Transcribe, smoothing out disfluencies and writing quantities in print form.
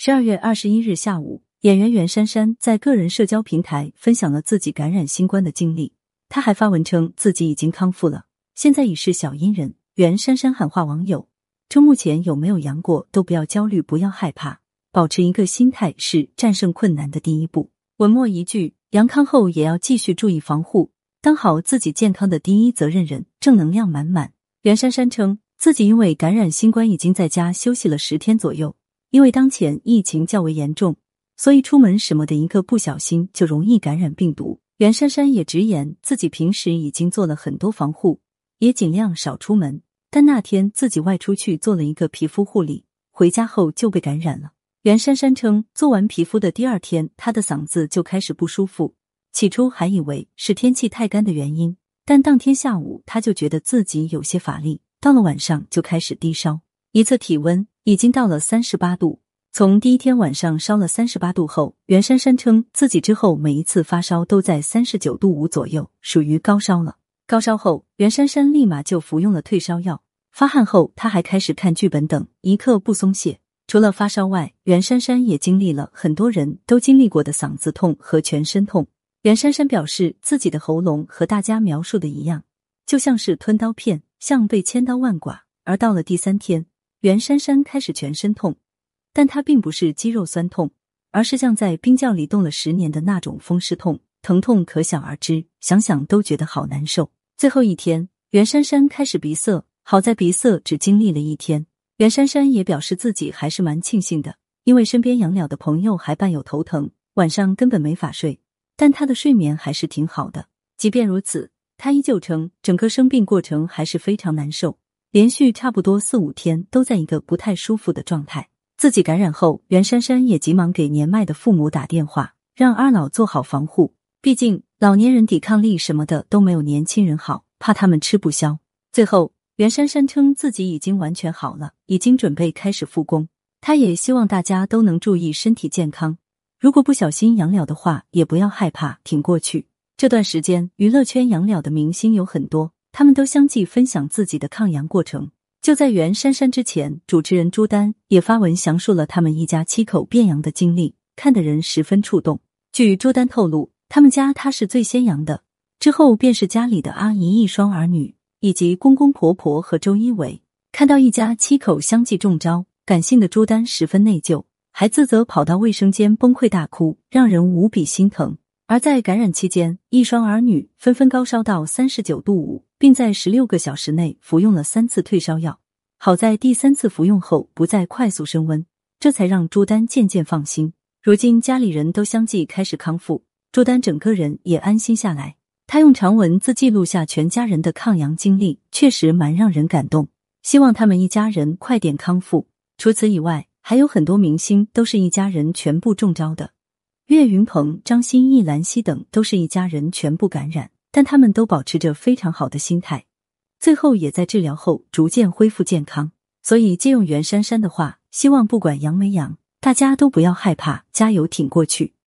12月21日下午，演员袁姗姗在个人社交平台分享了自己感染新冠的经历。她还发文称自己已经康复了，现在已是小阴人。袁姗姗喊话网友，称目前有没有阳过都不要焦虑，不要害怕，保持一个心态是战胜困难的第一步。文末一句，阳康后也要继续注意防护，当好自己健康的第一责任人，正能量满满。袁姗姗称自己因为感染新冠已经在家休息了10天左右，因为当前疫情较为严重，所以出门什么的一个不小心就容易感染病毒。袁姗姗也直言自己平时已经做了很多防护，也尽量少出门，但那天自己外出去做了一个皮肤护理，回家后就被感染了。袁姗姗称做完皮肤的第2天，她的嗓子就开始不舒服，起初还以为是天气太干的原因，但当天下午她就觉得自己有些乏力，到了晚上就开始低烧，一测体温已经到了38度。从第1天晚上烧了38度后，袁姗姗称自己之后每一次发烧都在39度5左右，属于高烧了。高烧后，袁姗姗立马就服用了退烧药。发汗后，她还开始看剧本等，一刻不松懈。除了发烧外，袁姗姗也经历了很多人都经历过的嗓子痛和全身痛。袁姗姗表示自己的喉咙和大家描述的一样，就像是吞刀片，像被千刀万剐。而到了第3天，袁姗姗开始全身痛，但它并不是肌肉酸痛，而是像在冰窖里冻了10年的那种风湿痛，疼痛可想而知，想想都觉得好难受。最后一天，袁姗姗开始鼻塞，好在鼻塞只经历了1天。袁姗姗也表示自己还是蛮庆幸的，因为身边养鸟的朋友还伴有头疼，晚上根本没法睡，但她的睡眠还是挺好的。即便如此，她依旧称整个生病过程还是非常难受，连续差不多4-5天都在一个不太舒服的状态。自己感染后，袁姗姗也急忙给年迈的父母打电话，让二老做好防护，毕竟老年人抵抗力什么的都没有年轻人好，怕他们吃不消。最后袁姗姗称自己已经完全好了，已经准备开始复工。她也希望大家都能注意身体健康，如果不小心阳了的话，也不要害怕，挺过去。这段时间娱乐圈阳了的明星有很多，他们都相继分享自己的抗阳过程。就在袁姗姗之前，主持人朱丹也发文详述了他们一家7口变阳的经历，看得人十分触动。据朱丹透露，他们家他是最先阳的，之后便是家里的阿姨一双儿女，以及公公婆婆和周一围。看到一家7口相继中招，感性的朱丹十分内疚，还自责跑到卫生间崩溃大哭，让人无比心疼。而在感染期间，一双儿女纷纷高烧到39度5，并在16个小时内服用了3次退烧药，好在第3次服用后不再快速升温，这才让朱丹渐渐放心。如今家里人都相继开始康复，朱丹整个人也安心下来。他用长文字记录下全家人的抗阳经历，确实蛮让人感动，希望他们一家人快点康复。除此以外，还有很多明星都是一家人全部中招的，岳云鹏、张歆艺、兰溪等都是一家人全部感染，但他们都保持着非常好的心态，最后也在治疗后逐渐恢复健康。所以借用袁姗姗的话，希望不管阳没阳，大家都不要害怕，加油挺过去。